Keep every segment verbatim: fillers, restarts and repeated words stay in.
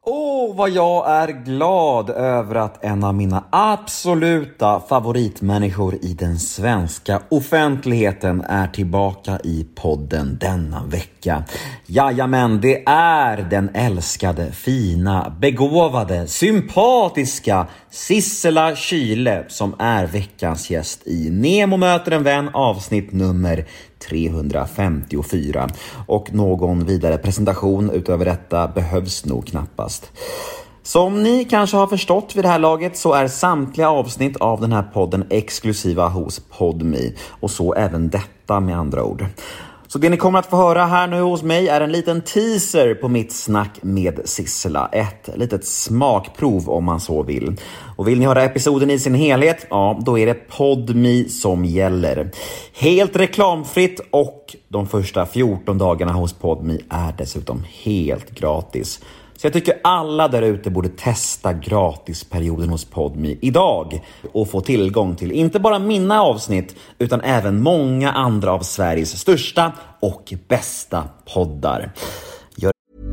Åh, oh, vad jag är glad över att en av mina absoluta favoritmänniskor i den svenska offentligheten är tillbaka i podden denna vecka. Jajamän, det är den älskade, fina, begåvade, sympatiska Sissela Kyle som är veckans gäst i Nemo möter en vän avsnitt nummer trehundrafemtiofyra. Och någon vidare presentation utöver detta behövs nog knappast. Som ni kanske har förstått vid det här laget så är samtliga avsnitt av den här podden exklusiva hos Podme. Och så även detta med andra ord. Så det ni kommer att få höra här nu hos mig är en liten teaser på mitt snack med Sissela. Ett litet smakprov om man så vill. Och vill ni höra episoden i sin helhet, ja då är det Podme som gäller. Helt reklamfritt och de första fjorton dagarna hos Podme är dessutom helt gratis. Så jag tycker alla där ute borde testa gratisperioden hos Podme idag och få tillgång till inte bara mina avsnitt utan även många andra av Sveriges största och bästa poddar. Gör...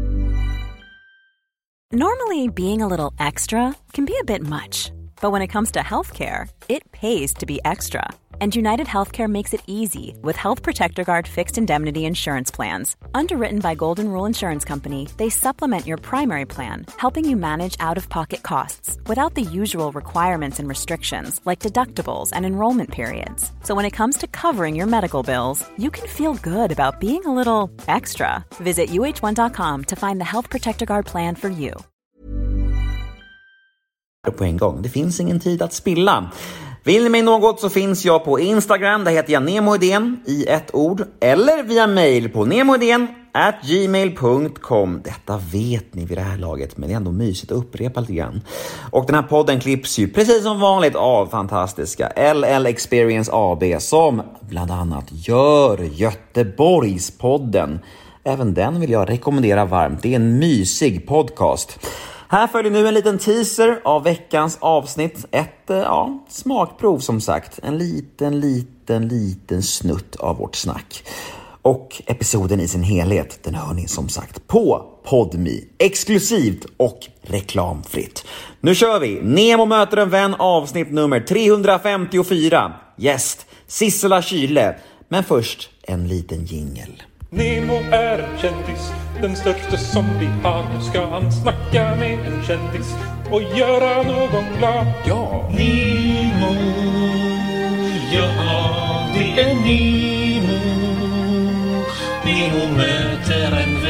Normally being a little extra can be a bit much, but when it comes to healthcare, it pays to be extra. And United Healthcare makes it easy with Health Protector Guard fixed indemnity insurance plans. Underwritten by Golden Rule Insurance Company, they supplement your primary plan, helping you manage out-of-pocket costs without the usual requirements and restrictions like deductibles and enrollment periods. So when it comes to covering your medical bills, you can feel good about being a little extra. Visit U H one dot com to find the Health Protector Guard plan for you. På en gång. Det finns ingen tid att spilla. Vill ni mig något så finns jag på Instagram, där heter jag nemoidén i ett ord, eller via mail på nemoidén at gmail punkt com. Detta vet ni vid det här laget, men det är ändå mysigt att upprepa lite grann. Och den här podden klipps ju precis som vanligt av fantastiska L L Experience A B som bland annat gör Göteborgspodden. Även den vill jag rekommendera varmt. Det är en mysig podcast. Här följer nu en liten teaser av veckans avsnitt. Ett ja, smakprov som sagt. En liten, liten, liten snutt av vårt snack. Och episoden i sin helhet, den hör ni som sagt på Podme. Exklusivt och reklamfritt. Nu kör vi! Nemo möter en vän avsnitt nummer trehundrafemtiofyra. Gäst Sissela Kyle. Men först en liten jingle. Nemo är en kändis, den största som vi har. Nu ska han snacka med en kändis och göra någon glad. Ja! Nemo, ja det är Nemo. Nemo möter en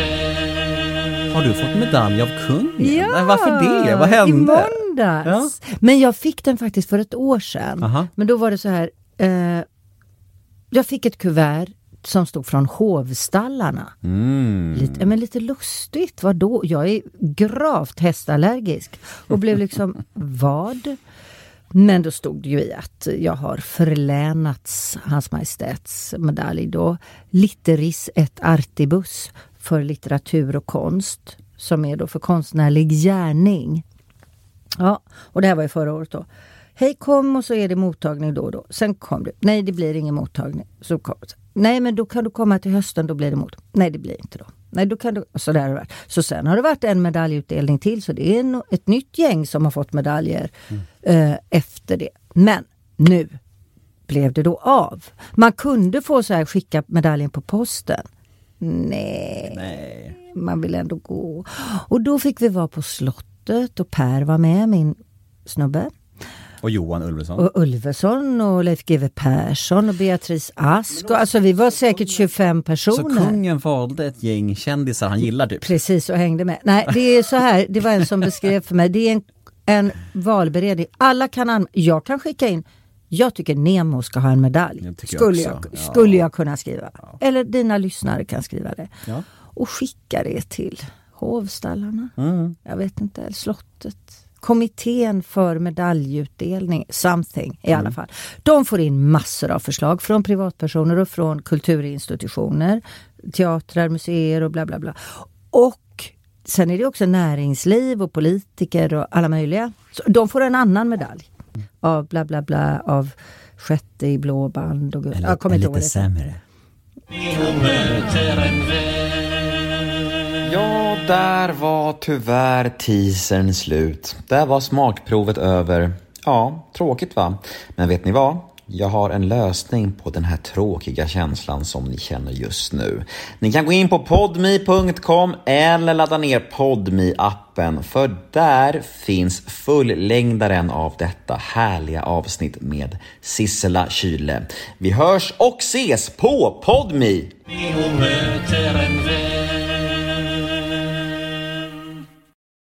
vän. Har du fått medalj av kungen? Ja, varför det? Vad hände? I måndags. Ja. Men jag fick den faktiskt för ett år sedan. Aha. Men då var det så här, eh, jag fick ett kuvert som stod från hovstallarna. Mm. Lite, men lite lustigt. Vadå? Jag är gravt hästallergisk. Och blev liksom, vad? Men då stod det ju i att jag har förlänats Hans Majestäts medalj då. Litteris et artibus för litteratur och konst. Som är då för konstnärlig gärning. Ja, och det här var ju förra året då. Hej, kom och så är det mottagning då och då. Sen kom det. Nej, det blir ingen mottagning. Så kom det. Nej, men då kan du komma till hösten, då blir det mot. Nej, det blir inte då. Nej, då kan du... Så där har det varit. Så sen har det varit en medaljutdelning till. Så det är en, ett nytt gäng som har fått medaljer mm. eh, efter det. Men nu blev det då av. Man kunde få så här skicka medaljen på posten. Nej, Nej. Man vill ändå gå. Och då fick vi vara på slottet och Per var med, min snubbe. Och Johan Ulveson. Och Ulveson och Leif G W Persson och Beatrice Ask. Och, alltså vi var säkert tjugofem personer. Så kungen valde ett gäng kändisar han gillar typ. Precis, och hängde med. Nej, det är så här. Det var en som beskrev för mig. Det är en, en valberedning. Alla kan an- Jag kan skicka in. Jag tycker Nemo ska ha en medalj. Skulle jag, jag, skulle jag kunna skriva. Ja. Eller dina lyssnare kan skriva det. Ja. Och skicka det till hovstallarna. Mm. Jag vet inte, slottet. Kommittén för medaljutdelning, something i mm. alla fall. De får in massor av förslag från privatpersoner och från kulturinstitutioner, teatrar, museer och bla bla bla. Och sen är det också näringsliv och politiker och alla möjliga. Så de får en annan medalj av bla bla bla, av sjätte i blåband. Och, eller, jag kommer inte lite ihåg det. sämre. Ja, där var tyvärr teasern slut. Där var smakprovet över. Ja, tråkigt va? Men vet ni vad? Jag har en lösning på den här tråkiga känslan som ni känner just nu. Ni kan gå in på podme punkt com eller ladda ner Podme-appen, för där finns fullängdaren av detta härliga avsnitt med Sissela Kyle. Vi hörs och ses på Podme! Vi möter en vän.